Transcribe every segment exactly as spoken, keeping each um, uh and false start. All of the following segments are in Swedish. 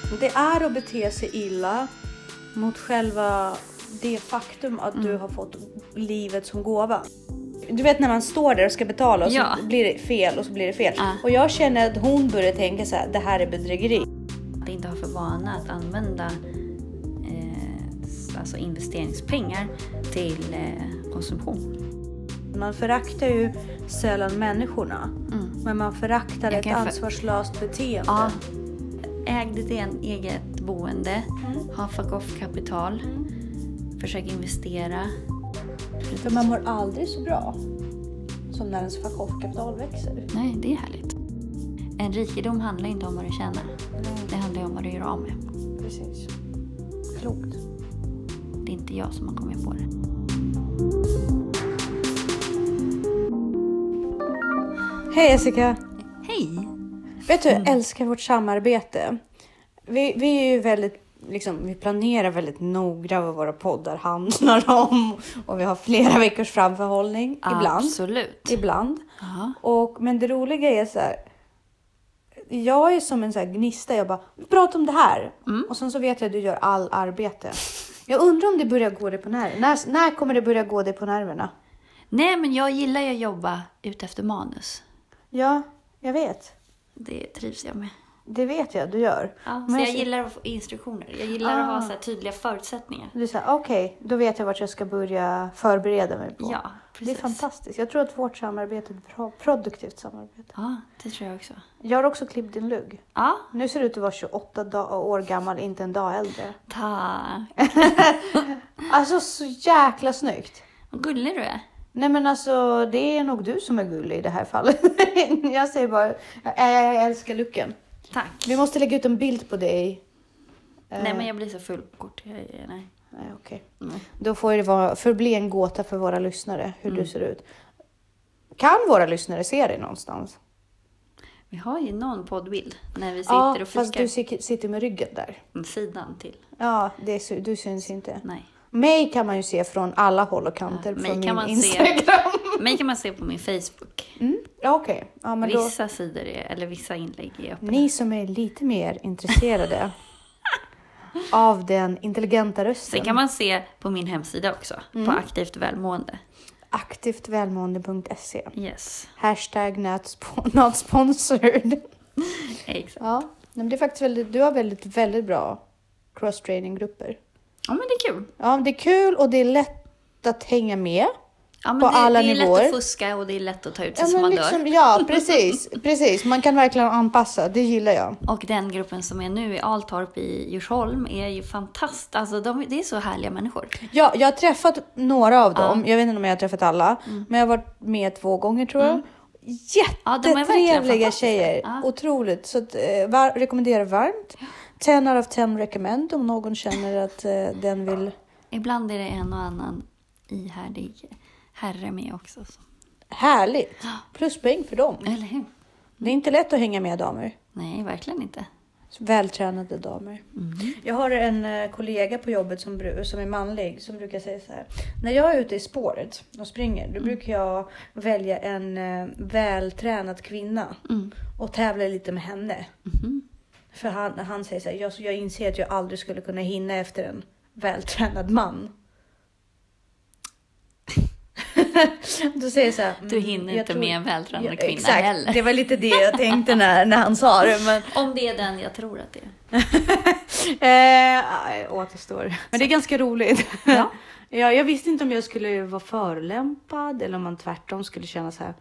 Det är att bete sig illa mot själva det faktum att mm. du har fått livet som gåva. Du vet när man står där och ska betala och ja. så blir det fel och så blir det fel. Ja. Och jag känner att hon börjar tänka så här, det här är bedrägeri. Att inte ha för vana att använda eh, alltså investeringspengar till eh, konsumtion. Man föraktar ju sällan människorna. Mm. Men man föraktar ett ansvarslöst för... beteende. Ja. Äg ditt eget boende. Mm. Ha fuck off-kapital. Mm. Försök investera. För man mår aldrig så bra som när ens fuck off-kapital växer. Nej, det är härligt. En rikedom handlar inte om vad du tjänar. Nej. Det handlar om vad du gör av med. Precis. Klokt. Det är inte jag som har kommit på det. Hej Jessica. Hej. Vet du, jag älskar vårt samarbete. Vi, vi är ju väldigt, liksom, vi planerar väldigt noga vad våra poddar handlar om. Och vi har flera veckors framförhållning. Ibland. Absolut. Ibland. Uh-huh. Och, men det roliga är så här. Jag är som en så här gnista. Jag bara, prata om det här. Mm. Och sen så vet jag att du gör all arbete. Jag undrar om det börjar gå dig på nerverna. När, när kommer det börja gå dig på nerverna? Nej, men jag gillar ju att jobba ut efter manus. Ja, jag vet. Det trivs jag med. Det vet jag, du gör. Ja, men så jag, jag gillar att få instruktioner. Jag gillar ah. att ha så här tydliga förutsättningar. Du säger, okej, okay, då vet jag vart jag ska börja förbereda mig på. Ja, precis. Det är fantastiskt. Jag tror att vårt samarbete är ett bra, produktivt samarbete. Ja, det tror jag också. Jag har också klippt din lugg. Ja. Nu ser du ut att vara tjugoåtta dag- år gammal, inte en dag äldre. Tack. Alltså, så jäkla snyggt. Vad gullig du är. Nej men alltså, det är nog du som är gullig i det här fallet. Jag säger bara, jag, jag älskar looken. Tack. Vi måste lägga ut en bild på dig. Nej men jag blir så full på kort. Nej. Nej okej. Okay. Mm. Då får det vara, förbli en gåta för våra lyssnare hur mm. du ser ut. Kan våra lyssnare se dig någonstans? Vi har ju någon poddbild när vi sitter ja, och fikar. Fast du sitter med ryggen där. Sidan till. Ja, det är, du syns inte. Nej. Mig kan man ju se från alla håll och kanter ja, från min Instagram. Se, mig kan man se på min Facebook. Mm, ja, okej. Okay. Ja, vissa då, sidor är, eller vissa inlägg är öppna. Ni som är lite mer intresserade av den intelligenta rösten. Sen kan man se på min hemsida också. Mm. På Aktivt Välmående. aktivtvälmående punkt se. Yes. Hashtag not, not sponsored. Exakt. Ja, men det är faktiskt väldigt, du har väldigt, väldigt bra cross-training-grupper. Ja, men det är kul. Ja, det är kul och det är lätt att hänga med. Ja, men på det, alla det är nivåer. lätt att fuska och det är lätt att ta ut sig ja, som man liksom, dör. Ja, precis, precis. Man kan verkligen anpassa, det gillar jag. Och den gruppen som är nu i Altorp i Djursholm är ju fantastisk. Alltså, de, det är så härliga människor. Ja, jag har träffat några av dem. Ja. Jag vet inte om jag har träffat alla. Mm. Men jag har varit med två gånger tror jag. Mm. Jättetrevliga ja, tjejer. Ja. Otroligt. Så att, eh, var, rekommenderar varmt. ten out of ten recommend om någon känner att eh, den vill. Ibland är det en och annan ihärdig herre med också. Så. Härligt. Pluspoäng för dem. Eller hur? Mm. Det är inte lätt att hänga med damer. Nej, verkligen inte. Vältränade damer. Mm. Jag har en uh, kollega på jobbet som, som är manlig som brukar säga så här. När jag är ute i spåret och springer, då mm. brukar jag välja en uh, vältränad kvinna mm. och tävla lite med henne. Mm. För han, han säger så här, jag, jag inser att jag aldrig skulle kunna hinna efter en vältränad man. Då säger jag så här, du hinner inte tror, med en vältränad ja, kvinna exakt, heller. Det var lite det jag tänkte när, när han sa det. Men... Om det är den jag tror att det är. eh, återstår. Men det är ganska roligt. Ja. Ja, jag visste inte om jag skulle vara förolämpad eller om man tvärtom skulle känna så här.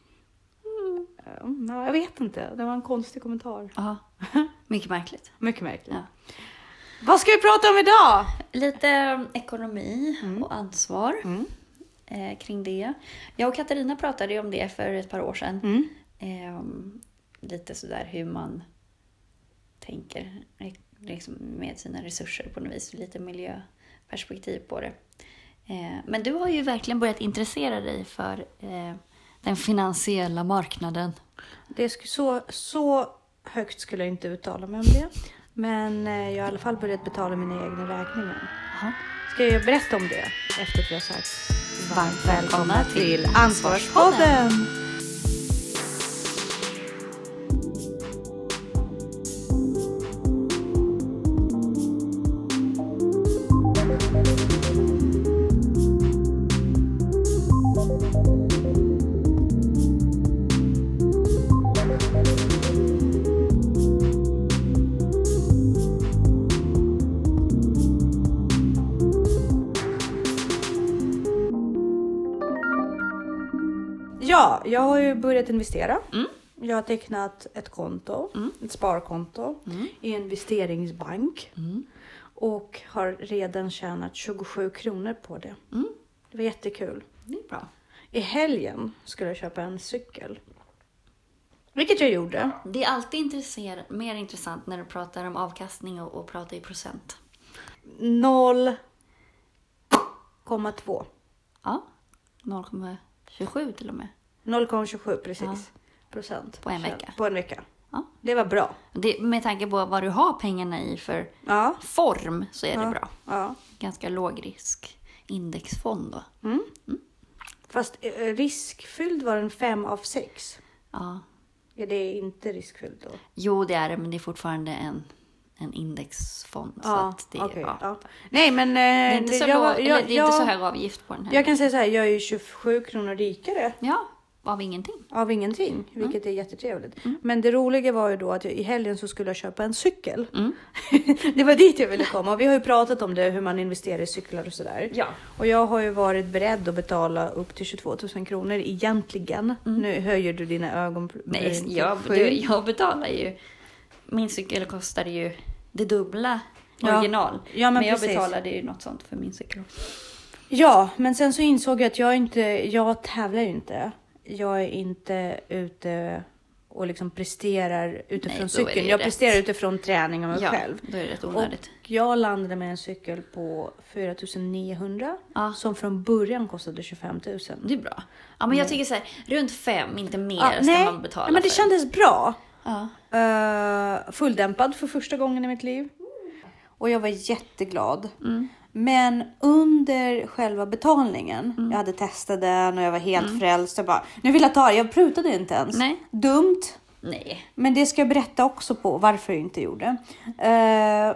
Mm, ja, jag vet inte. Det var en konstig kommentar. Ja. Mycket märkligt. Mycket märkligt. Ja. Vad ska vi prata om idag? Lite ekonomi mm. och ansvar. Mm. Eh, kring det. Jag och Katarina pratade ju om det för ett par år sedan. Mm. Eh, lite sådär hur man tänker liksom med sina resurser på något vis. Lite miljöperspektiv på det. Eh, men du har ju verkligen börjat intressera dig för eh, den finansiella marknaden. Det är så, så högt skulle jag inte uttala mig om det. Men eh, jag har i alla fall börjat betala mina egna räkningar. Aha. Ska jag berätta om det efter att vi har sagt varmt välkomna till Ansvarspodden. Ja, jag har ju börjat investera. Mm. Jag har tecknat ett konto, Mm. ett sparkonto Mm. i en investeringsbank. Mm. Och har redan tjänat tjugosju kronor på det. Mm. Det var jättekul. Det är bra. I helgen skulle jag köpa en cykel. Vilket jag gjorde. Det är alltid intresser- mer intressant när du pratar om avkastning och, och pratar i procent. noll komma två. Ja, noll komma tjugosju till och med. noll komma tjugosju precis. Ja. Procent. På en vecka. På en vecka. Ja. Det var bra. Det, med tanke på vad du har pengarna i för Ja. form så är Ja. det bra. Ja. Ganska låg risk indexfond då. Mm. Mm. Fast eh, riskfylld var en fem av sex. Ja. Är det inte riskfylld då? Jo, det är det, men det är fortfarande en, en indexfond. Så Ja, att det, okej, ja. ja. Nej, men... eh, Det är inte så, jag, låg, jag, eller, det är jag, inte så hög avgift på den här. Jag kan säga så här, jag är ju tjugosju kronor rikare Ja, av ingenting. av ingenting, vilket är jättetrevligt. Mm. Men det roliga var ju då att jag, i helgen så skulle jag köpa en cykel. Mm. Det var dit jag ville komma. Och vi har ju pratat om det, hur man investerar i cyklar och sådär. Ja. Och jag har ju varit beredd att betala upp till tjugotvå tusen kronor egentligen. Mm. Nu höjer du dina ögon. Nej, jag, du, jag betalar ju... Min cykel kostade ju det dubbla original. Ja, ja, men, men jag precis. betalade ju något sånt för min cykel också. Ja, men sen så insåg jag att jag inte, jag tävlar ju inte. Jag är inte ute och liksom presterar utifrån Nej, då är cykeln. det Jag rätt. presterar utifrån träning av mig Ja, själv. då är det rätt Och onödigt. jag landade med en cykel på fyra tusen niohundra Ja. som från början kostade tjugofem tusen. Det är bra. Ja, men jag tycker så här, runt fem, inte mer, Ja, ska nej, man betala ja, men det för. kändes bra. Ja. Uh, fulldämpad för första gången i mitt liv. Och jag var jätteglad. Mm. Men under själva betalningen, Mm. jag hade testat den och jag var helt mm. frälst. Jag bara, nu vill jag ta det, jag prutade inte ens. Nej. Dumt. Nej. Men det ska jag berätta också på varför jag inte gjorde. Uh,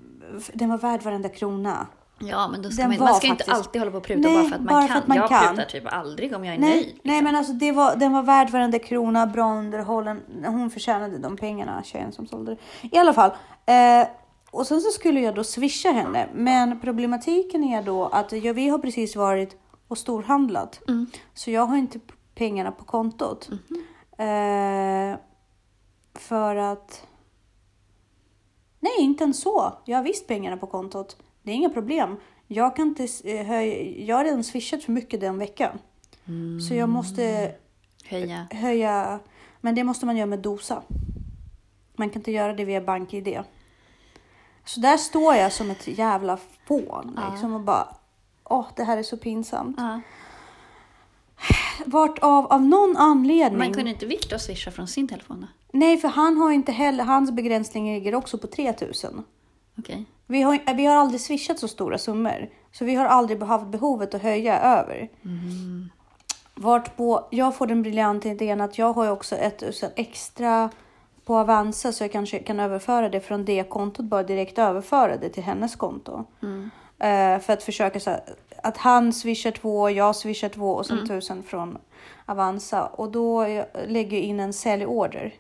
den var värd varenda krona. Ja, men då ska Den man, var man ska faktiskt... inte alltid hålla på och pruta Nej, bara för att man bara kan. för att man jag kan. prutar typ aldrig om jag är Nej, nöjd. Liksom. nej men alltså det var, den var värd varenda krona, bra underhållen. Hon förtjänade de pengarna, tjejen som sålde det. I alla fall. Eh, och sen så skulle jag då swisha henne. Men problematiken är då att ja, vi har precis varit och storhandlat. Mm. Så jag har inte pengarna på kontot. Mm. Eh, för att... Nej, inte ens så. Jag har visst pengarna på kontot. Det är inga problem. Jag kan inte höja, jag har redan swishat för mycket den veckan. Mm. Så jag måste höja. höja. Men det måste man göra med dosa. Man kan inte göra det via BankID. Så där står jag som ett jävla fån. Ja. Liksom, och bara, åh, det här är så pinsamt. Ja. Vart av, av någon anledning. Man kunde inte Victor swisha från sin telefon då? Nej, för han har inte heller, hans begränsning ligger också på tre tusen. Okej. Okay. Vi har, vi har aldrig swishat så stora summor. Så vi har aldrig haft behovet att höja över. Mm. Vart på, jag får den briljanta idén att jag har ju också ett extra på Avanza. Så jag kanske kan överföra det från det kontot. Bara direkt överföra det till hennes konto. Mm. Uh, för att försöka så här, att han swishar två, jag swishar två och sen mm. tusen från Avanza. Och då lägger jag in en säljorder.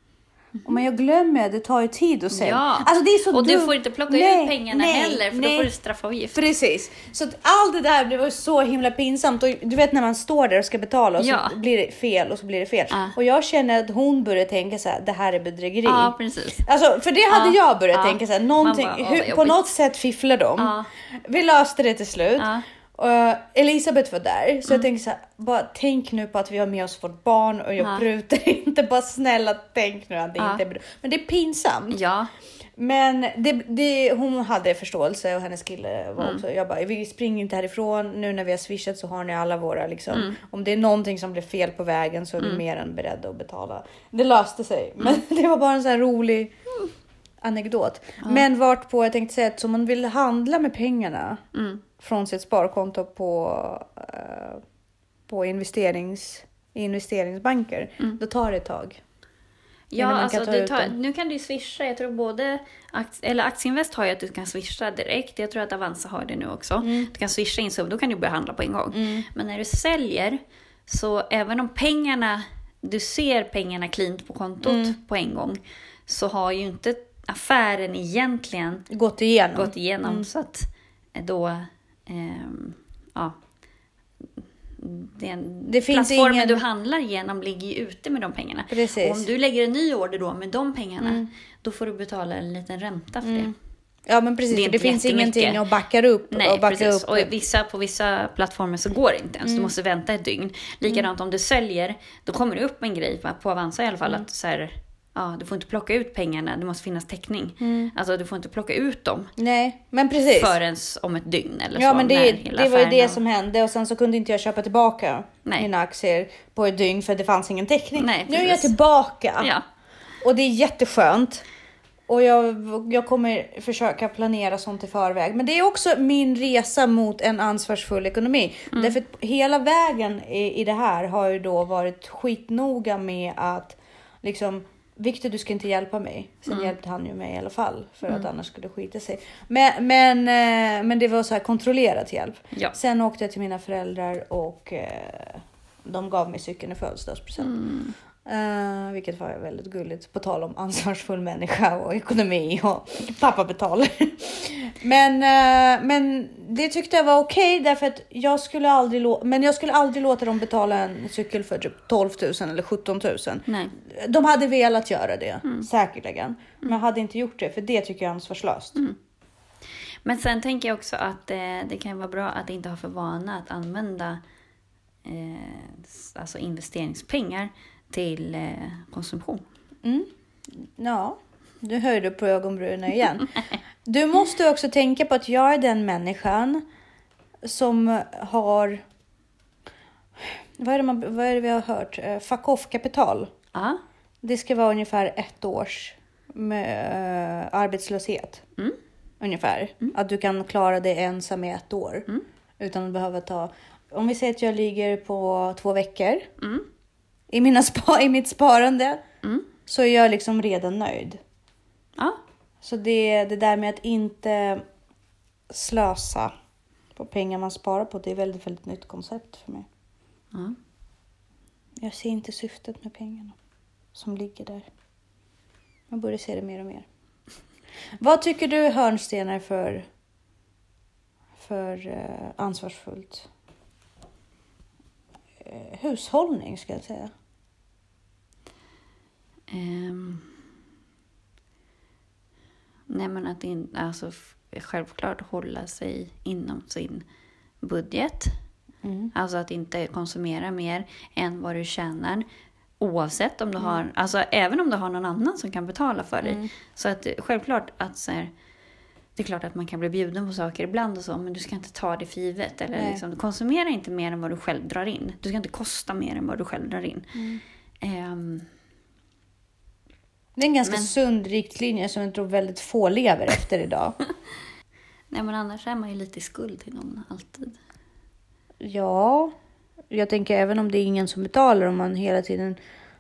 Mm. Men jag glömmer, det tar ju tid att sälja. Ja. Alltså det är så och dum... du får inte plocka nej, ut pengarna nej, heller, för nej. då får du straffavgift. Precis. Så att allt det där, det var så himla pinsamt. Och du vet när man står där och ska betala och ja. så blir det fel och så blir det fel. Ja. Och jag känner att hon börjar tänka så här, det här är bedrägeri. Ja, precis. Alltså, för det hade ja. jag börjat ja. tänka så här, någonting, bara, hur, på något sätt fifflar de. Ja. Vi löste det till slut. Ja. Uh, Elisabeth var där. Så mm. jag tänkte så här, bara tänk nu på att vi har med oss vårt barn och jag ja. prutar inte. Bara snälla tänk nu att det ja. inte är bra. Men det är pinsamt. Ja. Men det, det, hon hade förståelse och hennes kille var mm. också. Jag bara, vi springer inte härifrån. Nu när vi har swishat så har ni alla våra liksom. Mm. Om det är någonting som blir fel på vägen så är vi mm. mer än beredda att betala. Det löste sig. Mm. Men det var bara en sån här rolig mm. anekdot. Ja. Men vart på jag tänkte säga att om man vill handla med pengarna. Mm. Från sitt sparkonto på, uh, på investerings, investeringsbanker. Mm. Då tar det ett tag. Ja, alltså det tar, nu kan du swisha. Jag tror både aktie, eller Aktieinvest har ju att du kan swisha direkt. Jag tror att Avanza har det nu också. Mm. Du kan swisha in så då kan du börja handla på en gång. Mm. Men när du säljer, så även om pengarna, du ser pengarna klint på kontot mm. på en gång, så har ju inte affären egentligen gått igenom. Gått igenom mm. så att då... Um, ja, den det finns plattformen ingen... du handlar genom ligger ju ute med de pengarna. Precis. Och om du lägger en ny order då med de pengarna, mm. då får du betala en liten ränta för mm. det. Ja, men precis, det, det finns ingenting att backa upp. Nej, och backa precis. upp. Och vissa, på vissa plattformar så går det inte ens. Mm. Du måste vänta ett dygn. Likadant mm. om du säljer, då kommer det upp en grej på, på Avanza i alla fall. Mm. Att så här, ja, du får inte plocka ut pengarna, det måste finnas täckning. Mm. Alltså du får inte plocka ut dem. Nej, men precis. Förrän om ett dygn eller ja, så. Men det, det var ju det som hände. Och sen så kunde inte jag köpa tillbaka Nej. mina aktier på ett dygn för det fanns ingen täckning. Nej, nu är jag tillbaka. Ja. Och det är jätteskönt. Och jag, jag kommer försöka planera sånt i förväg. Men det är också min resa mot en ansvarsfull ekonomi. Mm. Därför att hela vägen i, i det här har ju då varit skitnoga med att liksom, Victor, du ska inte hjälpa mig. Sen mm. hjälpte han ju mig i alla fall. För mm. att annars skulle det skita sig. Men, men, men det var så här kontrollerat hjälp. Ja. Sen åkte jag till mina föräldrar och eh, de gav mig cykeln i födelsedagspresent. Mm. Uh, vilket var väldigt gulligt. På tal om ansvarsfull människa och ekonomi. Och pappa betalar. men, uh, men det tyckte jag var okej. Okay, därför att jag skulle aldrig lå- Men jag skulle aldrig låta dem betala en cykel för typ tolv tusen eller sjutton tusen. Nej. De hade velat göra det. Mm. Säkerligen. Mm. Men jag hade inte gjort det. För det tycker jag är ansvarslöst. Mm. Men sen tänker jag också att eh, det kan vara bra att inte ha för vana att använda eh, alltså investeringspengar till eh, konsumtion. Mm. Ja, du höjde på ögonbrynen igen. Du måste också tänka på att jag är den människan som har... Vad är det, man, vad är det vi har hört? Uh, fuck off-kapital. Uh-huh. Det ska vara ungefär ett års med, uh, arbetslöshet. Mm. Ungefär. Mm. Att du kan klara det ensam i ett år. Mm. Utan att behöva ta... Om vi säger att jag ligger på två veckor... Mm. I, mina spa, I mitt sparande mm. så är jag liksom redan nöjd. Ja. Så det, det där med att inte slösa på pengar man sparar på, det är väldigt, väldigt nytt koncept för mig. Ja. Jag ser inte syftet med pengarna som ligger där. Jag börjar se det mer och mer. Vad tycker du är hörnstenar för, för uh, ansvarsfullt uh, hushållning, ska jag säga? Um, nej men att in, alltså, självklart hålla sig inom sin budget. Mm. Alltså att inte konsumera mer än vad du tjänar. Oavsett om du mm. har, alltså även om du har någon annan som kan betala för dig. Mm. Så att självklart att så här, det är klart att man kan bli bjuden på saker ibland och så, men du ska inte ta det för givet. Eller liksom, du konsumerar inte mer än vad du själv drar in. Du ska inte kosta mer än vad du själv drar in. Mm. Um, Det är en ganska men... sund riktlinje som jag tror väldigt få lever efter idag. Nej, men annars är man ju lite i skuld till någon alltid. Ja, jag tänker även om det är ingen som betalar, om man hela tiden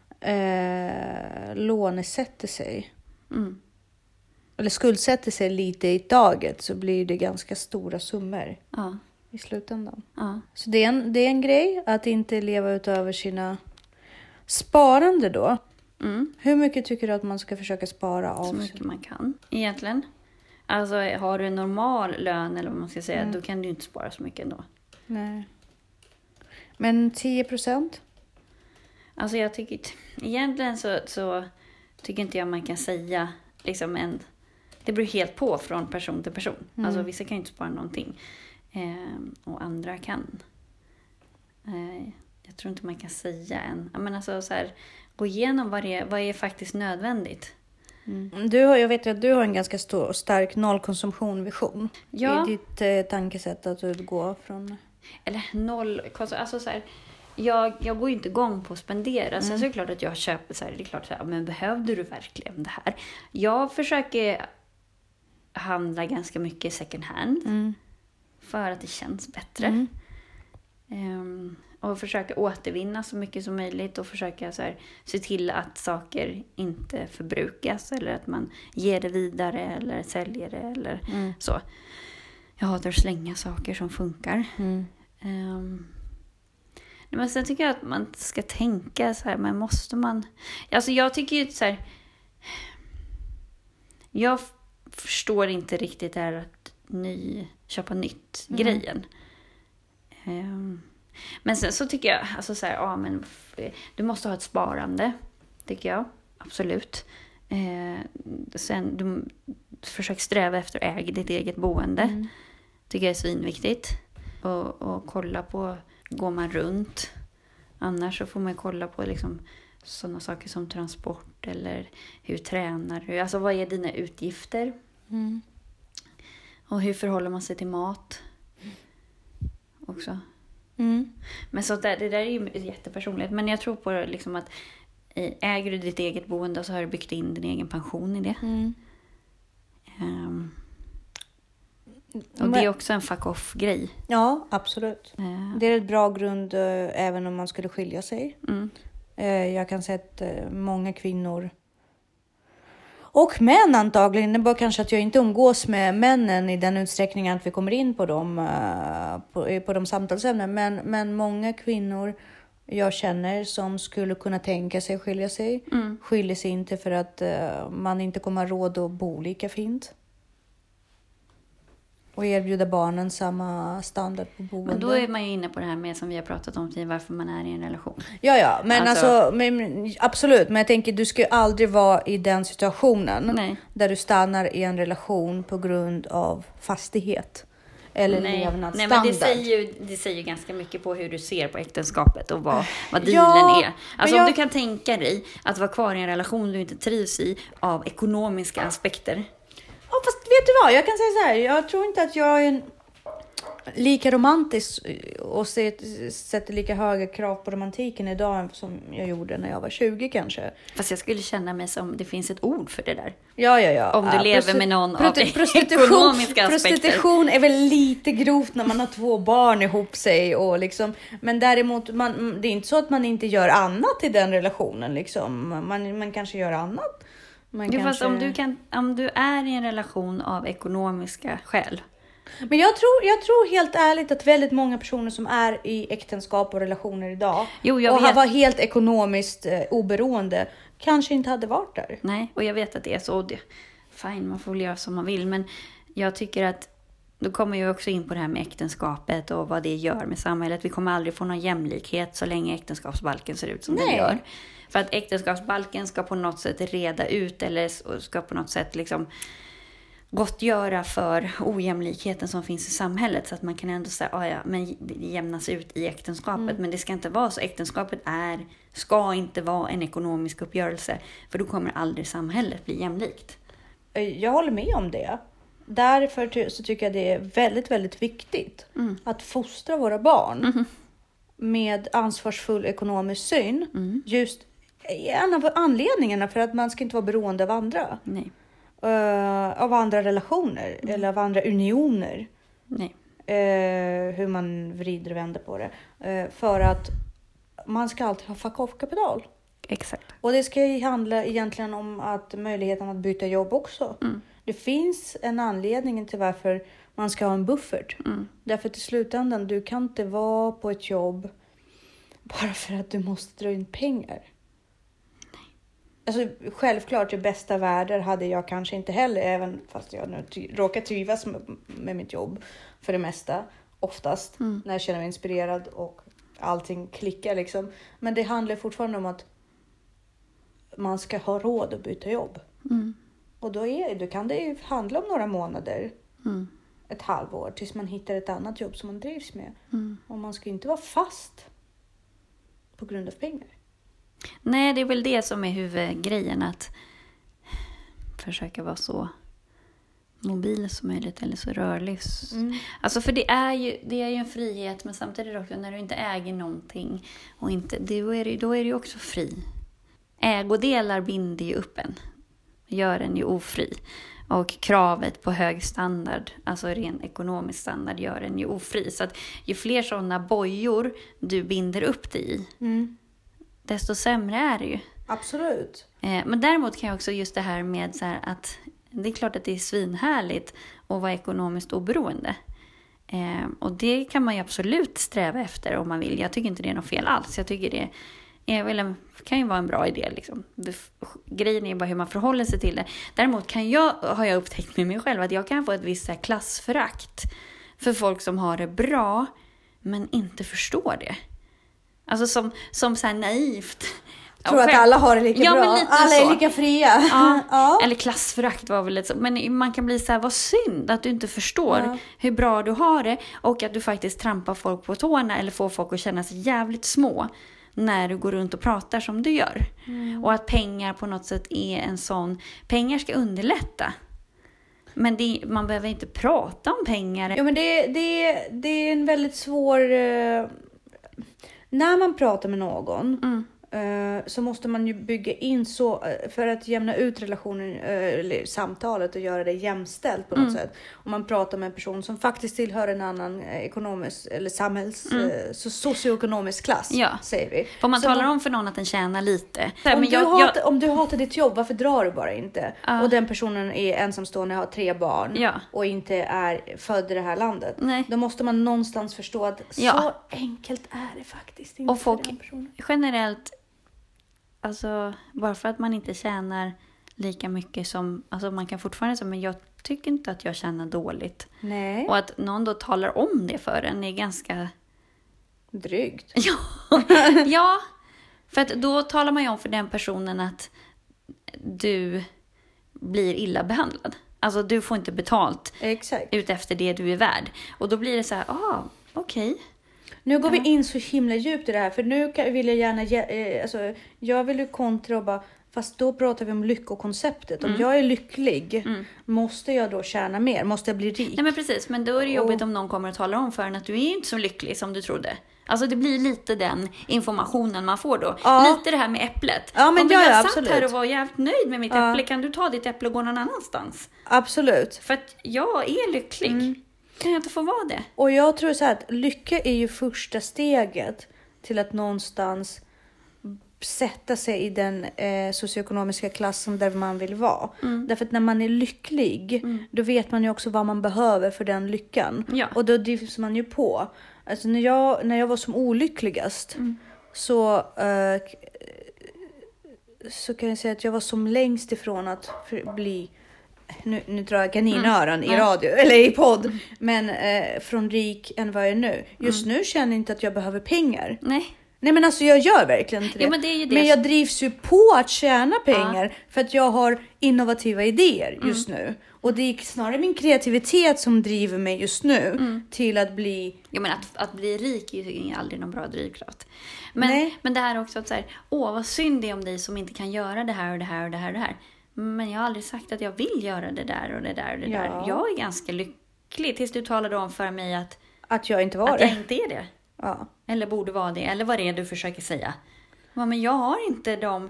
eh, lånesätter sig. Mm. Eller skuldsätter sig lite i taget, så blir det ganska stora summor ja. i slutändan. Ja. Så det är, en, det är en grej att inte leva utöver sina sparande då. Mm. Hur mycket tycker du att man ska försöka spara av? Så mycket man kan, egentligen. Alltså har du en normal lön eller vad man ska säga, mm. då kan du inte spara så mycket ändå. Nej. Men tio procent? Alltså jag tycker, egentligen så, så tycker inte jag man kan säga liksom en, det beror helt på från person till person. Mm. Alltså vissa kan ju inte spara någonting. Eh, och andra kan. Eh, jag tror inte man kan säga än. Men alltså så här, gå igenom vad, det är, vad är faktiskt nödvändigt. Mm. Du har, jag vet ju att du har en ganska stor, stark nollkonsumtion-vision. Ja. I ditt eh, tankesätt att du går från... Eller noll, alltså så här, jag, jag går ju inte igång på att spendera. Mm. Sen så är det klart att jag köper så här, det är klart så här, men behövde du verkligen det här? Jag försöker handla ganska mycket second hand. Mm. För att det känns bättre. Mm. Um, och försöka återvinna så mycket som möjligt. Och försöka så här, se till att saker inte förbrukas. Eller att man ger det vidare eller säljer det. Eller mm. så. Jag hatar att slänga saker som funkar. Mm. Um, men sen tycker jag att man ska tänka så här. Men måste man... Alltså jag tycker ju så här... Jag f- förstår inte riktigt det här att ny, köpa nytt mm. grejen. Um, Men sen så tycker jag, alltså så här, ja men du måste ha ett sparande, tycker jag, absolut. Eh, sen du försök sträva efter att äga ditt eget boende. Mm. Tycker jag är svinviktigt. Och, och kolla på, går man runt? Annars så får man kolla på liksom sådana saker som transport eller hur tränar du? Alltså vad är dina utgifter? Mm. Och hur förhåller man sig till mat? Också. Mm. Men så där, det där är ju jättepersonligt. Men jag tror på liksom att äger du ditt eget boende så har du byggt in din egen pension i det. Mm. Um, och det är också en fuck off-grej. Ja, absolut. Uh. Det är ett bra grund uh, även om man skulle skilja sig. Mm. Uh, jag kan säga att uh, många kvinnor och män antagligen, det är bara kanske att jag inte umgås med männen i den utsträckningen att vi kommer in på dem, uh, på, på de samtalsämnen. Men, men många kvinnor jag känner som skulle kunna tänka sig skilja sig. Mm. Skiljer sig inte för att uh, man inte kommer ha råd att bo lika fint. Och erbjuda barnen samma standard på boende. Men då är man ju inne på det här med som vi har pratat om till varför man är i en relation. Ja, ja. Men alltså, alltså men, absolut. Men jag tänker du ska ju aldrig vara i den situationen. Nej. Där du stannar i en relation på grund av fastighet. Eller Nej. levnadsstandard. Nej, men det säger, ju, det säger ju ganska mycket på hur du ser på äktenskapet och vad, vad dealen ja, är. Alltså jag... om du kan tänka dig att vara kvar i en relation du inte trivs i av ekonomiska aspekter. Ja, fast vet du vad? Jag kan säga så här. Jag tror inte att jag är en lika romantisk och sätter lika höga krav på romantiken idag som jag gjorde när jag var tjugo kanske. Fast jag skulle känna mig som det finns ett ord för det där. Ja, ja, ja. Om du ja, lever prosti- med någon prosti- av prostitution, ekonomiska aspekter. Prostitution är väl lite grovt när man har två barn ihop sig. Och liksom, men däremot, man, det är inte så att man inte gör annat i den relationen. Liksom. Man, man kanske gör annat. Man ja, kanske... fast om du, kan, om du är i en relation av ekonomiska skäl. Men jag tror, jag tror helt ärligt att väldigt många personer som är i äktenskap och relationer idag jo, jag och vet. var helt ekonomiskt eh, oberoende kanske inte hade varit där. Nej, och jag vet att det är så. Det, fine, man får väl göra som man vill. Men jag tycker att då kommer jag också in på det här med äktenskapet och vad det gör med samhället. Vi kommer aldrig få någon jämlikhet så länge äktenskapsbalken ser ut som Nej. den gör. För att äktenskapsbalken ska på något sätt reda ut eller ska på något sätt liksom gottgöra för ojämlikheten som finns i samhället. Så att man kan ändå säga, ah, ja, men det jämnas ut i äktenskapet. Mm. Men det ska inte vara så. Äktenskapet är, ska inte vara en ekonomisk uppgörelse. För då kommer aldrig samhället bli jämlikt. Jag håller med om det. Därför så tycker jag det är väldigt, väldigt viktigt mm. att fostra våra barn mm. med ansvarsfull ekonomisk syn. Mm. Just en av anledningarna för att man ska inte vara beroende av andra. Nej. Uh, av andra relationer mm. eller av andra unioner. Nej. Uh, hur man vrider och vänder på det. Uh, för att man ska alltid ha fuck off-kapital. Exakt. Och det ska ju handla egentligen om att möjligheten att byta jobb också. Mm. Det finns en anledning till varför man ska ha en buffert. Mm. Därför till slutändan, du kan inte vara på ett jobb bara för att du måste dra in pengar. Alltså, självklart i bästa världar hade jag kanske inte heller, även fast jag nu ty- råkar trivas med, med mitt jobb för det mesta, oftast, mm. när jag känner mig inspirerad och allting klickar liksom. Men det handlar fortfarande om att man ska ha råd att byta jobb. Mm. Och då, är, då kan det ju handla om några månader, mm. ett halvår, tills man hittar ett annat jobb som man drivs med. Mm. Och man ska inte vara fast på grund av pengar. Nej, det är väl det som är huvudgrejen, att försöka vara så mobil som möjligt eller så rörlig. Mm. Alltså för det är ju det är ju en frihet, men samtidigt också när du inte äger någonting och inte, då är det, då är det ju också fri. Ägodelar binder ju upp en, gör en ju ofri. Och kravet på hög standard, alltså ren ekonomisk standard, gör en ju ofri. Så att ju fler sådana bojor du binder upp dig i, mm. desto sämre är det ju. Absolut. Eh, men däremot kan jag också just det här med så här att det är klart att det är svinhärligt att vara ekonomiskt oberoende. Eh, och det kan man ju absolut sträva efter om man vill. Jag tycker inte det är något fel alls. Jag tycker det är väl en, kan ju vara en bra idé. Liksom. Grejen är bara hur man förhåller sig till det. Däremot kan jag, har jag upptäckt med mig själv att jag kan få ett visst så här klassförakt för folk som har det bra men inte förstår det. Alltså som, som så här naivt. Tror att alla har det lika ja, bra. Men lite alla så. är lika fria. Ja. ja. Eller klassförakt var väl lite så. Men man kan bli så här, vad synd att du inte förstår ja. hur bra du har det. Och att du faktiskt trampar folk på tårna eller får folk att känna sig jävligt små när du går runt och pratar som du gör. Mm. Och att pengar på något sätt är en sån... Pengar ska underlätta. Men det, man behöver inte prata om pengar. Ja, men det, det, det är en väldigt svår... Uh, när man pratar med någon... Mm. Så måste man ju bygga in så för att jämna ut relationen eller samtalet och göra det jämställt på något mm. sätt. Om man pratar med en person som faktiskt tillhör en annan ekonomisk eller samhälls mm. så socioekonomisk klass, ja. säger vi. För man så talar man, om för någon att den tjänar lite. Om, men du jag, hatar, jag... om du hatar ditt jobb, varför drar du bara inte? Uh. Och den personen är ensamstående, har tre barn ja. och inte är född i det här landet. Nej. Då måste man någonstans förstå att ja. så enkelt är det faktiskt inte. Och folk för den personen. Generellt, alltså bara för att man inte tjänar lika mycket som, alltså man kan fortfarande säga, men jag tycker inte att jag tjänar dåligt. Nej. Och att någon då talar om det för en är ganska drygt. Ja, ja, för att då talar man ju om för den personen att du blir illa behandlad. Alltså du får inte betalt Exakt. ut efter det du är värd. Och då blir det så här, ah, okej. Okay. Nu går ja. vi in så himla djupt i det här. För nu vill jag gärna... Eh, alltså, jag vill ju kontra och bara... Fast då pratar vi om lyckokonceptet. Om mm. jag är lycklig, mm. måste jag då tjäna mer? Måste jag bli rik? Nej men precis, men då är det jobbigt och... om någon kommer och talar om för en att du är inte så lycklig som du trodde. Alltså det blir lite den informationen man får då. Ja. Lite det här med äpplet. Ja, men om jag, jag ja, satt absolut. här och var jävligt nöjd med mitt ja. äpple, kan du ta ditt äpple och gå någon annanstans? Absolut. För att jag är lycklig. Mm. Kan jag inte få vara det? Och jag tror så här att lycka är ju första steget till att någonstans sätta sig i den eh, socioekonomiska klassen där man vill vara. Mm. Därför att när man är lycklig, mm. då vet man ju också vad man behöver för den lyckan. Ja. Och då drivs man ju på. Alltså när jag, när jag var som olyckligast mm. så, eh, så kan jag säga att jag var som längst ifrån att bli... Nu, nu drar jag kaninöron mm. i radio eller i podd. Mm. Men eh, från rik än vad jag är nu. Just mm. nu känner jag inte att jag behöver pengar. Nej. Nej men alltså jag gör verkligen inte det. Ja, men, det är ju det. Men jag drivs ju på att tjäna pengar. Ja. För att jag har innovativa idéer just mm. nu. Och det är snarare min kreativitet som driver mig just nu. Mm. Till att bli... Ja men att, att bli rik är ju aldrig någon bra drivkraft. Men, men det här också att så här, åh vad synd det är om dig som inte kan göra det här och det här och det här och det här. Men jag har aldrig sagt att jag vill göra det där och det där och det ja. där. Jag är ganska lycklig tills du talade om för mig att, att jag inte var att det. jag inte är det. Ja. Eller borde vara det. Eller vad det är du försöker säga. Ja, men jag har inte de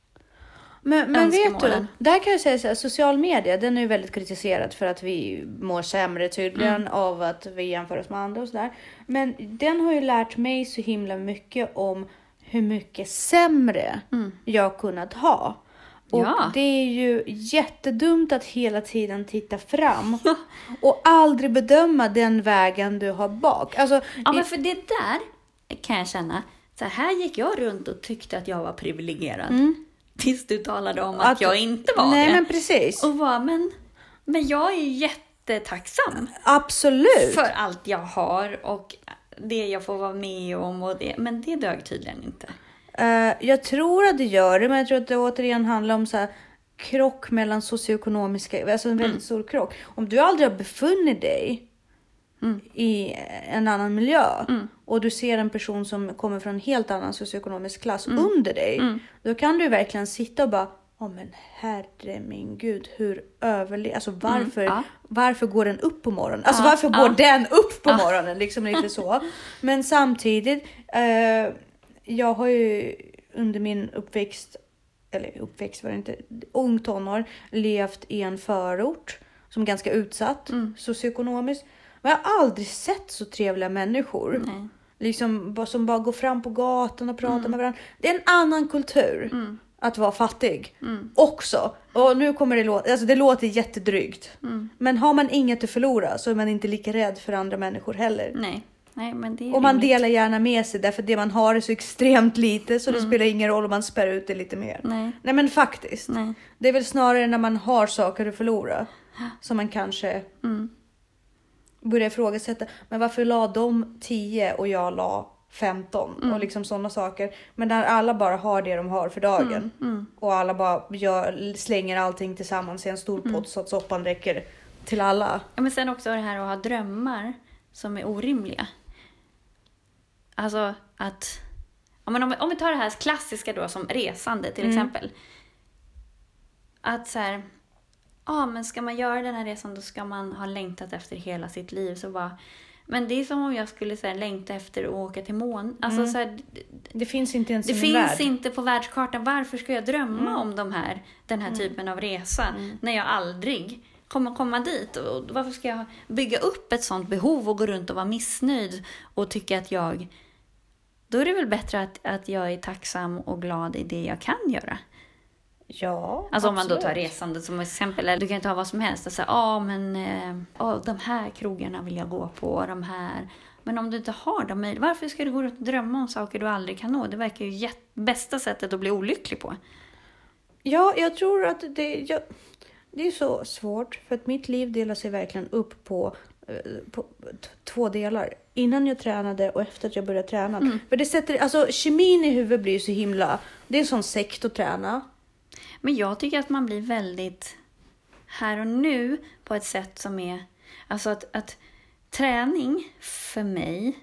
Men, men vet du, där kan jag säga så här, social media, den är ju väldigt kritiserad för att vi mår sämre tydligen mm. av att vi jämför oss med andra och sådär. Men den har ju lärt mig så himla mycket om hur mycket sämre mm. jag kunnat ha. Och ja. det är ju jättedumt att hela tiden titta fram och aldrig bedöma den vägen du har bak. Alltså, ja, men för det där kan jag känna, så här gick jag runt och tyckte att jag var privilegierad. Mm. Tills du talade om att, att jag inte var nej, det. Men precis. Och var, men, men jag är ju jättetacksam. Absolut. För allt jag har och det jag får vara med om. Och det, men det dög tydligen inte. Uh, jag tror att det gör det, men jag tror att det återigen handlar om så här, krock mellan socioekonomiska, alltså en väldigt mm. stor krock. Om du aldrig har befunnit dig mm. i en annan miljö mm. och du ser en person som kommer från en helt annan socioekonomisk klass mm. under dig, mm. då kan du verkligen sitta och bara, åh oh, men herre min gud, hur överlever, alltså varför, mm. ja. varför går den upp på morgonen? Alltså ja. varför går ja. den upp på ja. morgonen? Liksom lite så. Men samtidigt, uh, jag har ju under min uppväxt, eller uppväxt var det inte, ung tonår, levt i en förort som är ganska utsatt mm. socioekonomiskt. Men jag har aldrig sett så trevliga människor. Nej. Liksom, som bara går fram på gatan och pratar mm. med varandra. Det är en annan kultur mm. att vara fattig mm. också. Och nu kommer det låta, alltså det låter jättedrygt. Mm. Men har man inget att förlora så är man inte lika rädd för andra människor heller. Nej. Nej, men det är och man rimligt. delar gärna med sig därför det man har är så extremt lite så mm. det spelar ingen roll om man spär ut det lite mer. Nej, Nej men faktiskt. Nej. Det är väl snarare när man har saker att förlora som man kanske mm. börja ifrågasätta, men varför la de tio och jag la femton mm. och liksom sådana saker. Men där alla bara har det de har för dagen. Mm. Mm. Och alla bara gör, slänger allting tillsammans i en stor pott mm. så att soppan räcker till alla. Ja, men sen också det här att ha drömmar som är orimliga. Alltså att... Ja, men om, om vi tar det här klassiska då som resande till mm. exempel. Att så här... Ja, men ska man göra den här resan då ska man ha längtat efter hela sitt liv. Så bara... Men det är som om jag skulle så här, längta efter att åka till månen. Alltså, mm. så här, det, det finns inte ens Det i finns värld. inte på världskartan. Varför ska jag drömma mm. om de här, den här mm. typen av resa mm. när jag aldrig kommer komma dit? Och varför ska jag bygga upp ett sånt behov och gå runt och vara missnöjd och tycka att jag... Då är det väl bättre att, att jag är tacksam och glad i det jag kan göra. Ja, alltså om absolut. man då tar resandet som exempel, eller du kan ta vad som helst och säga, ja men eh, oh, de här krogarna vill jag gå på, de här. Men om du inte har dem, varför ska du gå runt och drömma om saker du aldrig kan nå? Det verkar ju jätt, bästa sättet att bli olycklig på. Ja, jag tror att det, jag, det är så svårt, för att mitt liv delar sig verkligen upp på, på t- två delar. Innan jag tränade och efter att jag började träna. Mm. För det sätter, alltså kemin i huvudet blir så himla, det är en sån sekt att träna. Men jag tycker att man blir väldigt här och nu på ett sätt som är... Alltså att, att träning för mig,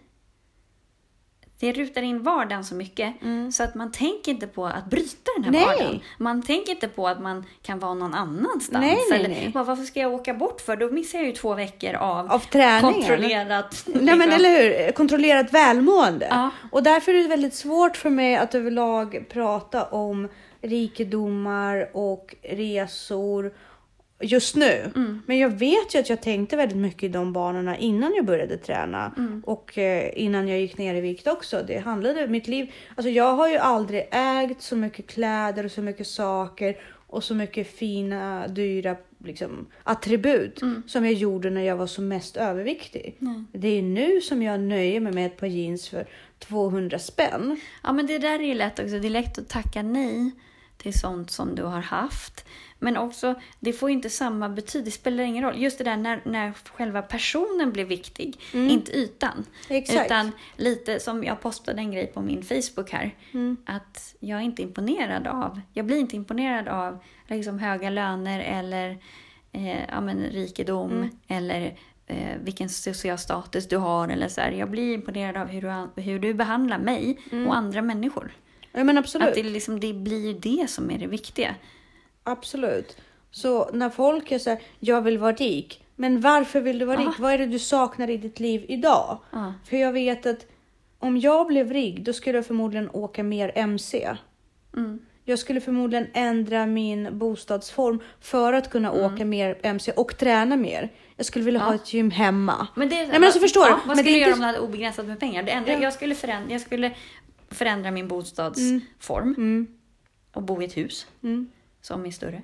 det rutar in vardagen så mycket. Mm. Så att man tänker inte på att bryta den här nej. vardagen. Man tänker inte på att man kan vara någon annanstans. Nej, nej, eller nej. Bara, varför ska jag åka bort för? Då missar jag ju två veckor av, av träning, kontrollerat... Eller? Nej, men eller hur? Kontrollerat välmående. Ja. Och därför är det väldigt svårt för mig att överlag prata om rikedomar och resor just nu. Mm. Men jag vet ju att jag tänkte väldigt mycket i de banorna innan jag började träna. Mm. Och eh, innan jag gick ner i vikt också. Det handlade om mitt liv. Alltså jag har ju aldrig ägt så mycket kläder och så mycket saker. Och så mycket fina, dyra liksom, attribut. Mm. Som jag gjorde när jag var som mest överviktig. Mm. Det är nu som jag nöjer mig med ett par jeans för tvåhundra spänn. Ja, men det där är ju lätt också. Det är lätt att tacka nej till sånt som du har haft. Men också, det får inte samma betydelse. Det spelar ingen roll. Just det där när, när själva personen blir viktig. Mm. Inte ytan. Exakt. Utan lite som jag postade en grej på min Facebook här. Mm. Att jag är inte imponerad av. Jag blir inte imponerad av liksom höga löner eller eh, ja, men, rikedom. Mm. Eller eh, vilken social status du har. Eller så här. Jag blir imponerad av hur du, hur du behandlar mig mm. och andra människor. Ja, men absolut. Att det, liksom, det blir det som är det viktiga. Absolut. Så när folk är så här, jag vill vara rik. Men varför vill du vara rik? Vad är det du saknar i ditt liv idag? Aha. För jag vet att om jag blev rik, då skulle jag förmodligen åka mer M C. Mm. Jag skulle förmodligen ändra min bostadsform för att kunna mm. åka mer M C och träna mer. Jag skulle vilja ja. ha ett gym hemma. Men det, Nej, men alltså, förstår ja, du? Vad men skulle det du göra inte... om du hade obegränsat med pengar? Det enda, ja. jag, skulle förändra, jag skulle förändra min bostadsform mm. och bo i ett hus. Mm. Som är större.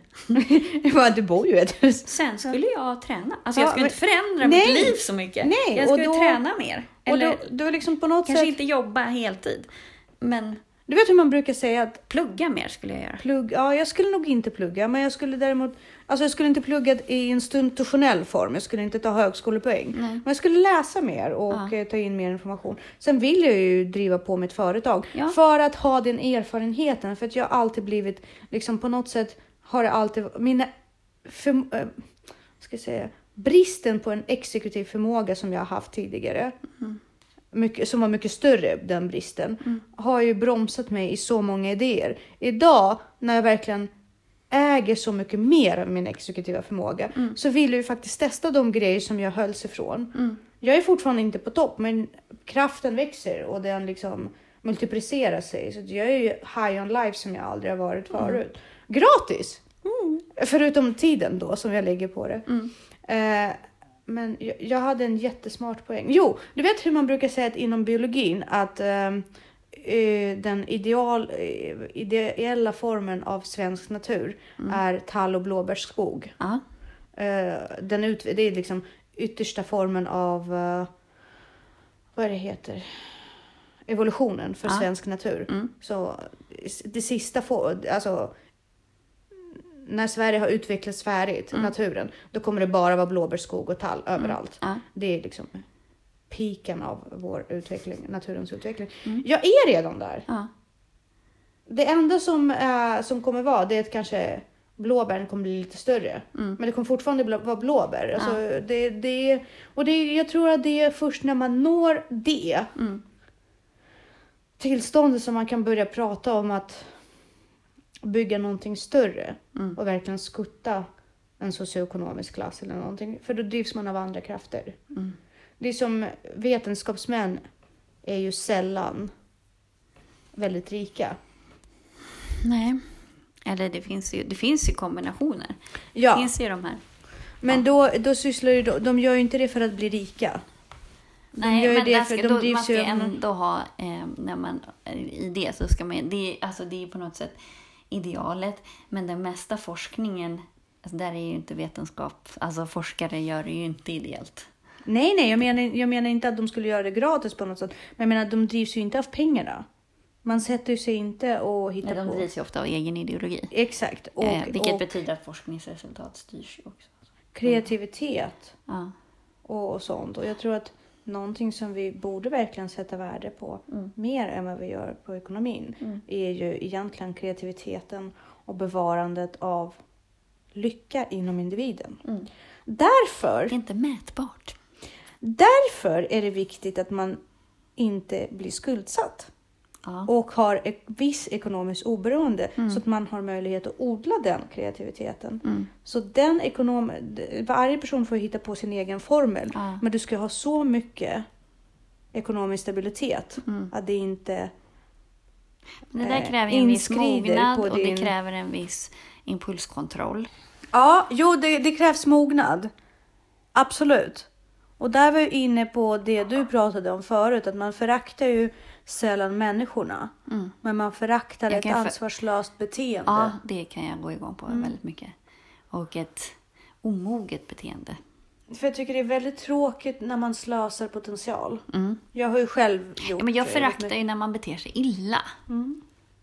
Du bor ju i ett hus. Sen skulle jag träna. Alltså ja, jag skulle men... inte förändra nej. mitt liv så mycket. Nej. Jag skulle och då... träna mer. Eller och då, då liksom på något kanske sätt... inte jobba heltid. Men... Du vet hur man brukar säga att... Plugga mer skulle jag göra. Plugg, ja, jag skulle nog inte plugga. Men jag skulle däremot... Alltså jag skulle inte plugga i institutionell form. Jag skulle inte ta högskolepoäng. Nej. Men jag skulle läsa mer och ja. ta in mer information. Sen vill jag ju driva på mitt företag. Ja. För att ha den erfarenheten. För att jag har alltid blivit... Liksom på något sätt har det alltid... Mina... För, äh, ska jag säga... Bristen på en exekutiv förmåga som jag har haft tidigare... Mm. Mycket, som var mycket större, den bristen, mm. har ju bromsat mig i så många idéer. Idag, när jag verkligen äger så mycket mer av min exekutiva förmåga, mm. så vill jag ju faktiskt testa de grejer som jag hölls ifrån. Mm. Jag är fortfarande inte på topp, men kraften växer och den liksom multiplicerar sig. Så jag är ju high on life som jag aldrig har varit förut. Mm. Gratis! Mm. Förutom tiden då som jag lägger på det. Mm. Eh, Men jag, jag hade en jättesmart poäng. Jo, du vet hur man brukar säga att inom biologin att äh, den ideal, äh, ideella formen av svensk natur mm. är tall- och blåbärsskog. Uh. Äh, den ut, det är liksom yttersta formen av äh, vad det heter? Evolutionen för uh. svensk natur. Mm. Så det sista får, alltså när Sverige har utvecklats färdigt, mm. naturen, då kommer det bara vara blåbärsskog och tall överallt. Mm. Ja. Det är liksom piken av vår utveckling, naturens utveckling. Mm. Jag är redan där. Ja. Det enda som, äh, som kommer vara, det är att kanske blåbären kommer bli lite större. Mm. Men det kommer fortfarande bli, vara blåbär. Alltså, ja. det, det, och det, jag tror att det är först när man når det mm. tillståndet som man kan börja prata om att bygga någonting större. Mm. Och verkligen skutta en socioekonomisk klass eller någonting. För då drivs man av andra krafter. Mm. Det är som vetenskapsmän är ju sällan väldigt rika. Nej. Eller det finns ju, det finns ju kombinationer. Ja. Det finns ju de här. Men ja. då, då sysslar ju, de gör ju inte det för att bli rika. De Nej, gör ju men det ska, för då, de man ska ju... ändå ha, eh, när man i det så ska man, det, alltså det är på något sätt idealet. Men den mesta forskningen, alltså där är ju inte vetenskap, alltså forskare gör det ju inte ideellt. Nej, nej, jag menar, jag menar inte att de skulle göra det gratis på något sätt. Men jag menar att de drivs ju inte av pengarna. Man sätter sig inte och hittar Nej, de på. drivs ju ofta av egen ideologi. Exakt. Och, eh, vilket och, betyder att forskningsresultat styrs ju också. Kreativitet. Mm. Och, och sånt. Och jag tror att någonting som vi borde verkligen sätta värde på mm. mer än vad vi gör på ekonomin mm. är ju egentligen kreativiteten och bevarandet av lycka inom individen. Mm. Därför... Det är inte mätbart. Därför är det viktigt att man inte blir skuldsatt. Ja. Och har ett viss ekonomiskt oberoende mm. så att man har möjlighet att odla den kreativiteten. Mm. Så den ekonom, varje person får hitta på sin egen formel. Ja. Men du ska ha så mycket ekonomisk stabilitet mm. att det inte det där kräver en viss mognad och din... det kräver en viss impulskontroll. Ja, jo det, det krävs mognad. Absolut. Och där var jag inne på det du pratade om förut. Att man föraktar ju sällan människorna. Mm. Men man föraktar ett för... ansvarslöst beteende. Ja, det kan jag gå igång på mm. väldigt mycket. Och ett omoget beteende. För jag tycker det är väldigt tråkigt när man slösar potential. Mm. Jag har ju själv gjort ja, men jag föraktar ju när man beter sig illa. Mm.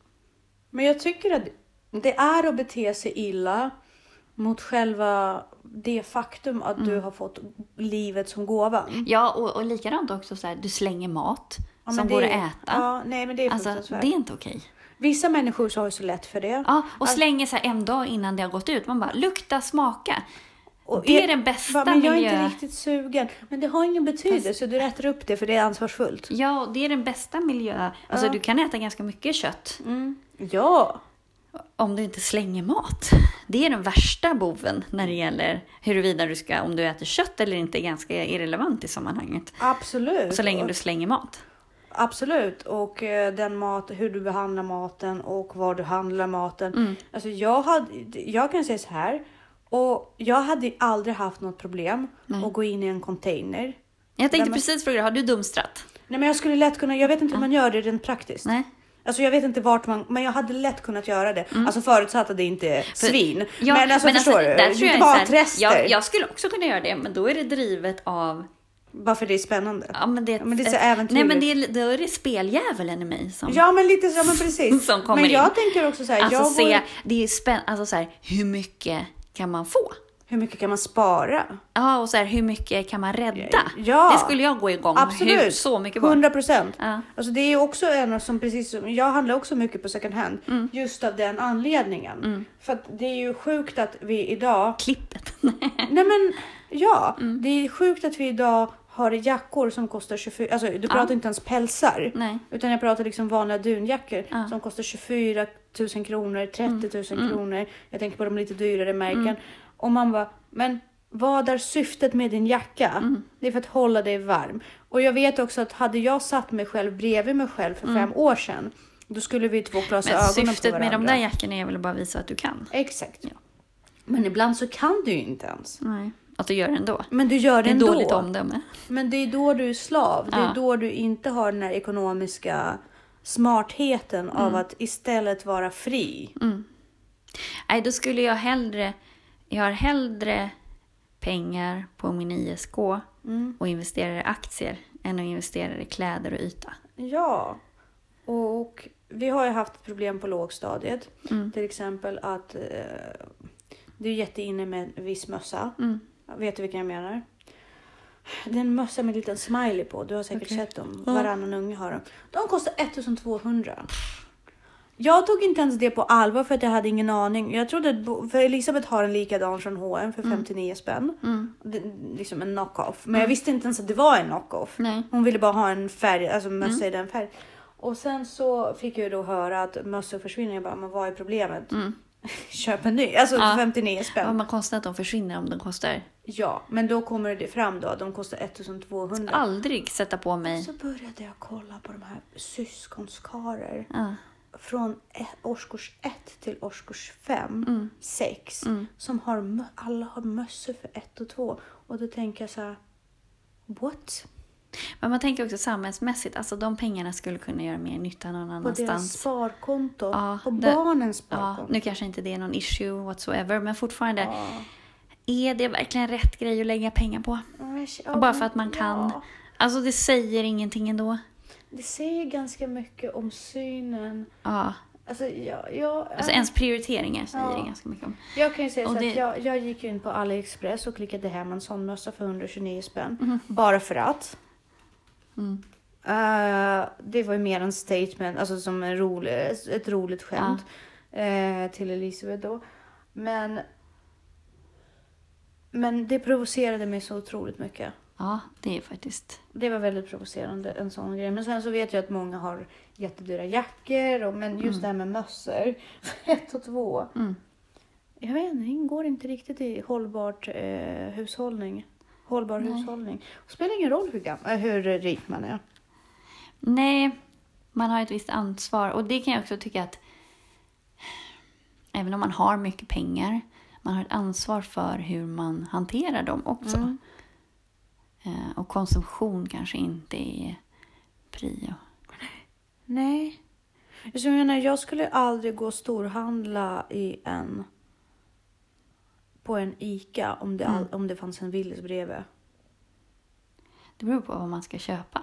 Men jag tycker att det är att bete sig illa mot själva det faktum att mm. du har fått livet som gåva. Ja, och, och likadant också så här, du slänger mat ja, som går att äta. Ja, nej, men det är alltså, det är inte okej. Vissa människor så har så lätt för det. Ja, och alltså, slänger så här en dag innan det har gått ut. Man bara, lukta, smaka. Och det är, är den bästa men jag är miljö. inte riktigt sugen. Men det har ingen betydelse. Fast... Så du rättar upp det för det är ansvarsfullt. Ja, det är den bästa miljö. Alltså ja. Du kan äta ganska mycket kött. Mm. Ja. Om du inte slänger mat. Det är den värsta boven när det gäller huruvida du ska, om du äter kött eller inte, är ganska irrelevant i sammanhanget. Absolut. Så länge du slänger mat. Absolut. Och eh, den mat, hur du behandlar maten och var du handlar maten. Mm. Alltså jag, hade, jag kan säga så här. Och jag hade aldrig haft något problem Nej. Att gå in i en container. Jag tänkte man... precis fråga, har du dumstrat? Nej, men jag skulle lätt kunna, jag vet inte hur man gör det rent praktiskt. Nej. Alltså jag vet inte vart man, men jag hade lätt kunnat göra det. Mm. Alltså förutsatt att det inte är svin. Ja, men alltså men förstår alltså, du? Där tror inte jag, bara så här, jag, jag skulle också kunna göra det, men då är det drivet av... Bara för det är spännande. Ja, men det, ja, men det är så äventyrligt. Nej, men det är, då är det speldjävulen i mig som... Ja, men lite så, men precis. som kommer men jag in. tänker också så här... Alltså jag se, går... det är spänn... Alltså så här, hur mycket kan man få? Hur mycket kan man spara? Ja, och så här, hur mycket kan man rädda? Ja. Det skulle jag gå igång. Absolut. Hur, så mycket var. hundra procent. Ja. Alltså det är också en som precis som... Jag handlar också mycket på second hand. Mm. Just av den anledningen. Mm. För att det är ju sjukt att vi idag... Klippet. Nej men, ja. Mm. Det är sjukt att vi idag har jackor som kostar tjugofyra... Alltså du pratar ja. Inte ens pälsar. Nej. Utan jag pratar liksom vanliga dunjackor. Ja. Som kostar tjugofyra tusen kronor, trettio tusen mm. kronor. Jag tänker på de lite dyrare märken. Mm. Och man bara, men... Vad är syftet med din jacka? Mm. Det är för att hålla dig varm. Och jag vet också att hade jag satt mig själv bredvid mig själv för mm. fem år sedan. Då skulle vi två klasa ögonen på varandra. Syftet med de där jackorna är väl bara att visa att du kan. Exakt. Ja. Men ibland så kan du ju inte ens. Nej, att du gör det ändå. Men du gör det ändå. Det är dåligt omdöme. Men det är då du är slav. Det är ja. Då du inte har den här ekonomiska smartheten mm. av att istället vara fri. Mm. Nej, då skulle jag hellre... Jag har hellre... pengar på min I S K mm. och investerar i aktier än att investera i kläder och yta. Ja, och vi har ju haft problem på lågstadiet. Mm. Till exempel att eh, Du är jätteinne med en viss mössa. Mm. Vet du vilken jag menar? Det är en mössa med en liten smiley på. Du har säkert okay. sett dem. Varannan unge har dem. De kostar ettusentvåhundra. Jag tog inte ens det på allvar för att jag hade ingen aning. Jag trodde att, för Elisabeth har en likadan från H och M för mm. femtionio spänn. Mm. Det, liksom en knock-off. Men mm. jag visste inte ens att det var en knock-off. Nej. Hon ville bara ha en färg, alltså mössa mm. i den färg. Och sen så fick jag då höra att mössor försvinner. Jag bara, men vad är problemet? Mm. Köp en ny, alltså ja. femtionio spänn. Ja, man kostar att de försvinner om de kostar. Ja, men då kommer det fram då. De kostar ettusentvåhundra. Aldrig sätta på mig. Och så började jag kolla på de här syskonskarer. Ja. Från årskurs ett till årskurs fem, mm. sex. Mm. Som har, alla har mössor för ett och två. Och då tänker jag så här, what? Men man tänker också samhällsmässigt. Alltså de pengarna skulle kunna göra mer nytta någon annanstans. På deras sparkonto. Ja, på det, barnens sparkonto. Ja, nu kanske inte det är någon issue whatsoever. Men fortfarande. Ja. Är det verkligen rätt grej att lägga pengar på? Ja, bara för att man kan. Ja. Alltså det säger ingenting ändå. Det säger ganska mycket om synen. Ja. Alltså, ja, ja, alltså ens prioriteringar säger ja. det ganska mycket om. Jag kan ju säga och så det... att jag, jag gick in på AliExpress och klickade hem en sån mössa för etthundratjugonio spänn. Mm. Bara för att. Mm. Uh, det var ju mer en statement, alltså som en rolig, ett roligt skämt ja. uh, till Elisabeth då. Men, men det provocerade mig så otroligt mycket. Ja, det är faktiskt. Det var väldigt provocerande, en sån grej. Men sen så vet jag att många har jättedyra jackor. Och, men just mm. det här med mössor. Ett och två. Mm. Jag vet inte, det ingår inte riktigt i hållbart eh, hushållning. Hållbar Nej. hushållning. Det spelar ingen roll hur, gammal, hur rik man är. Nej, man har ett visst ansvar. Och det kan jag också tycka att även om man har mycket pengar. Man har ett ansvar för hur man hanterar dem också. Mm. Och konsumtion kanske inte är prio. Nej. Jag menar, jag skulle aldrig gå och storhandla i en på en Ica om det, mm. all, om det fanns en Willys bredvid. Det beror på vad man ska köpa.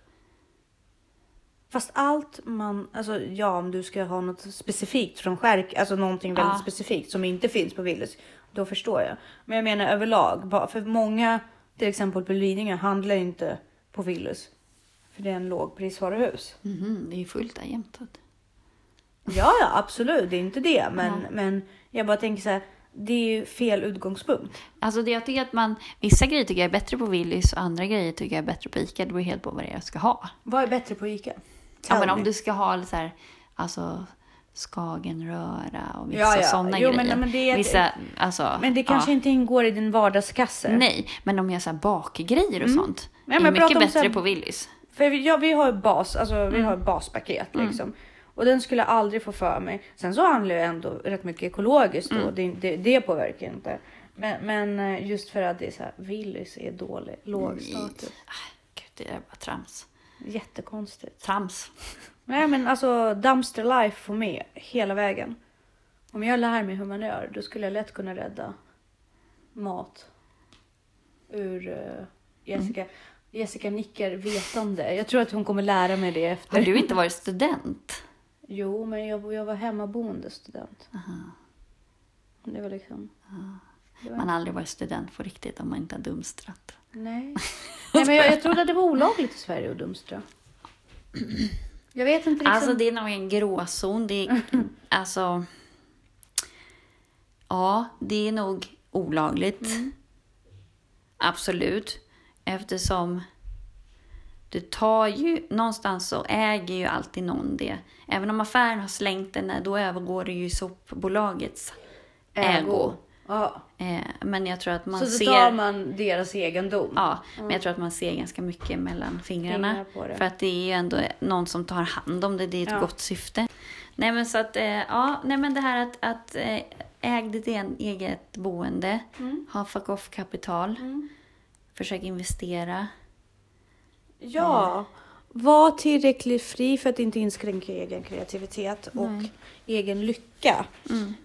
Fast allt man, alltså ja, om du ska ha något specifikt från Skärk, alltså någonting väldigt ja. specifikt som inte finns på Willys, då förstår jag. Men jag menar överlag, för många till exempel på Lidingö handlar inte på Willys. För det är en lågprisvaruhus. Mm-hmm, det är fullt där jämtat. Ja, ja, absolut. Det är inte det. Men, mm. men jag bara tänker så här. Det är ju fel utgångspunkt. Alltså det jag tycker att man. Vissa grejer tycker jag är bättre på Willys. Och andra grejer tycker jag är bättre på Ica. Det beror helt på vad det är jag ska ha. Vad är bättre på Ica? Ja, men om du ska ha lite så här. Alltså skagenröra och vissa ja, ja. sådana jo, grejer. Men, men, det är, vissa, alltså, men det kanske ja. inte ingår i din vardagskasse. Nej, men om jag har bakgrejer och mm. sånt. Ja, är mycket bättre här, på Willys. För ja, vi har bas, alltså mm. vi har baspaket liksom. Mm. Och den skulle jag aldrig få för mig. Sen så handlar jag ändå rätt mycket ekologiskt då. Mm. Det, det, det påverkar inte. Men, men just för att det är så här, Willys är dålig, låg status. Gud, det är bara trams. Jättekonstigt. Trams. Nej, men alltså dumpster life får med hela vägen. Om jag lär mig hur man gör, då skulle jag lätt kunna rädda mat ur uh, Jessica. Mm. Jessica nickar vetande. Jag tror att hon kommer lära mig det efter. Har du inte varit student? Jo, men jag, jag var hemmaboende student. Aha. Det var liksom... Det var... Man har aldrig varit student på riktigt om man inte har dumstrat. Nej. Nej, men jag, jag trodde att det var olagligt i Sverige att dumstra. Jag vet inte liksom... Alltså det är nog en gråzon. Det är, alltså... Ja, det är nog olagligt. Mm. Absolut. Eftersom det tar ju... Någonstans så äger ju alltid någon det. Även om affären har slängt den, då övergår det ju sopbolagets ägo. ägo. Ja. Eh, men jag tror att man så ser... Så då tar man deras egendom? Ja, mm. men jag tror att man ser ganska mycket mellan fingrarna. För att det är ju ändå någon som tar hand om det. Det är ett ja. gott syfte. Nej men så att... Eh, ja, nej men det här att... att eh, äg ditt eget boende. Mm. Ha fuck off kapital. Mm. Försök investera. Ja. Mm. Var tillräckligt fri för att inte inskränka egen kreativitet och Nej. egen lycka. Mm.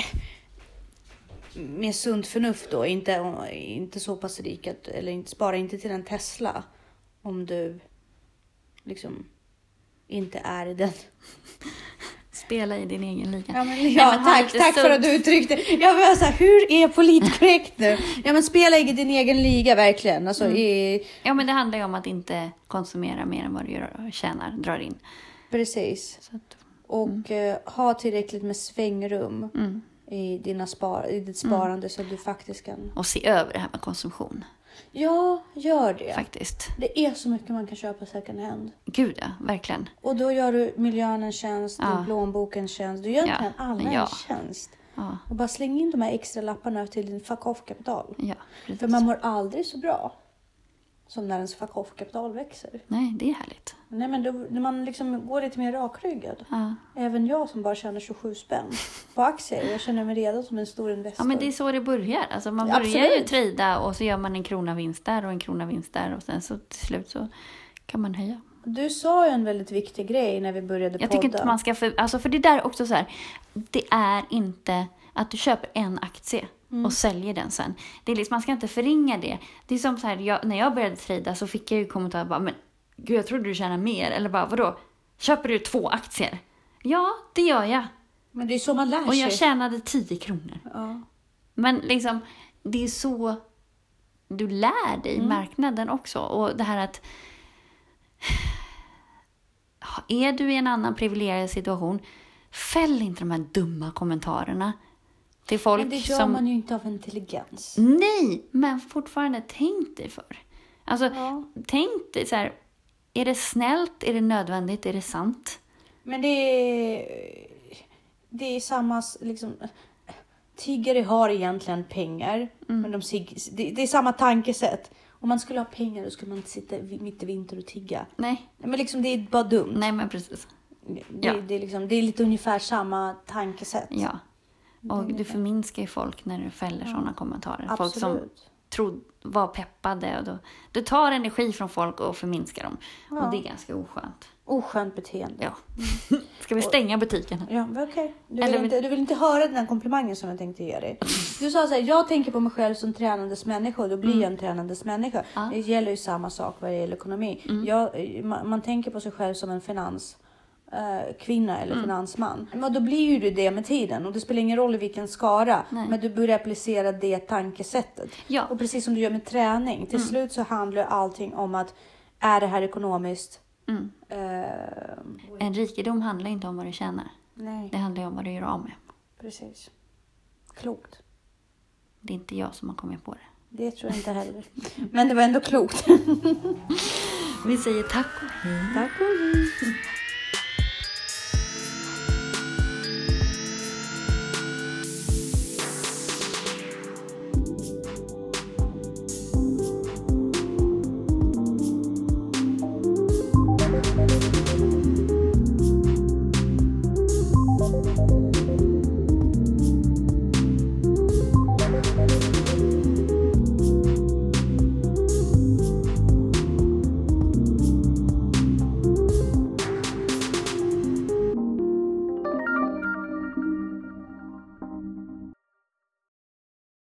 Med sunt förnuft då. Inte, inte så pass rik att, eller inte, spara inte till en Tesla. Om du liksom inte är i den Spela i din egen liga. Ja, men, ja Nej, men tack, tack för att du uttryckte. Jag var så här, hur är politiskt korrekt nu? Ja, men spela i din egen liga verkligen. Alltså, mm. i... Ja, men det handlar ju om att inte konsumera mer än vad du gör, tjänar, drar in. Precis. Så att, och mm. uh, ha tillräckligt med svängrum mm. i, dina spar, i ditt sparande mm. så att du faktiskt kan... Och se över det här med konsumtion. Ja, gör det. Faktiskt. Det är så mycket man kan köpa second hand. Gud ja, verkligen. Och då gör du miljön en tjänst, ja. Du plånboken en tjänst. Du gör ja. alla ja. en tjänst. Ja. Och bara släng in de här extra lapparna till din fuck off-kapital. Ja, för man mår aldrig så bra som när ens fuck off-kapital växer. Nej, det är härligt. Nej, men då, när man liksom går lite mer rakryggad. Ja. Även jag som bara tjänar tjugosju spänn på aktier. Jag känner mig redan som en stor investor. Ja, men det är så det börjar. Alltså man börjar Absolut. ju trada och så gör man en krona vinst där och en krona vinst där. Och sen så till slut så kan man höja. Du sa ju en väldigt viktig grej när vi började podda. Jag tycker inte man ska... För, alltså för det där är också så här. Det är inte att du köper en aktie. Mm. Och säljer den sen. Det är liksom, man ska inte förringa det. Det är som så här, jag, när jag började trada så fick jag ju kommentarer bara, men gud, jag trodde du tjänar mer. Eller bara, vadå? Köper du två aktier? Ja, det gör jag. Men det är så man lär sig. Och jag tjänade tio kronor. Ja. Men liksom, det är så du lär dig mm. marknaden också. Och det här att är du i en annan privilegierad situation, fäll inte de här dumma kommentarerna. Till folk men det gör som... man ju inte av intelligens. Nej, men fortfarande tänk dig för. Alltså, ja. tänk dig så här, är det snällt, är det nödvändigt, är det sant? Men det är, det är samma, liksom, tiggare har egentligen pengar, mm. men de, det, det är samma tankesätt. Om man skulle ha pengar då skulle man inte sitta mitt i vinter och tigga. Nej. Men liksom, det är bara dumt. Nej, men precis. Det, ja. det, är, liksom, det är lite ungefär samma tankesätt. Ja. Och du förminskar ju folk när du fäller ja. sådana kommentarer. Absolut. Folk som trodde, var peppade. Och då, du tar energi från folk och förminskar dem. Ja. Och det är ganska oskönt. Oskönt beteende. Ja. Mm. Ska vi stänga butiken? Ja, okej. Okay. Du, vill inte, du vill inte höra den här komplimangen som jag tänkte ge dig. Du sa så här, jag tänker på mig själv som tränandes människa. Då blir mm. jag en tränandes människa. Ja. Det gäller ju samma sak vad det gäller ekonomi. Mm. Jag, man, man tänker på sig själv som en finans... kvinna eller mm. finansman. Men då blir ju du det med tiden och det spelar ingen roll i vilken skara. Nej. Men du börjar applicera det tankesättet. Ja. Och precis som du gör med träning. Till mm. slut så handlar allting om att är det här ekonomiskt? Mm. Uh, en rikedom handlar inte om vad du tjänar. Nej. Det handlar om vad du gör av med. Precis. Klokt. Det är inte jag som har kommit på det. Det tror jag inte heller. Men det var ändå klokt. Vi säger tack och hej. Tack och hej.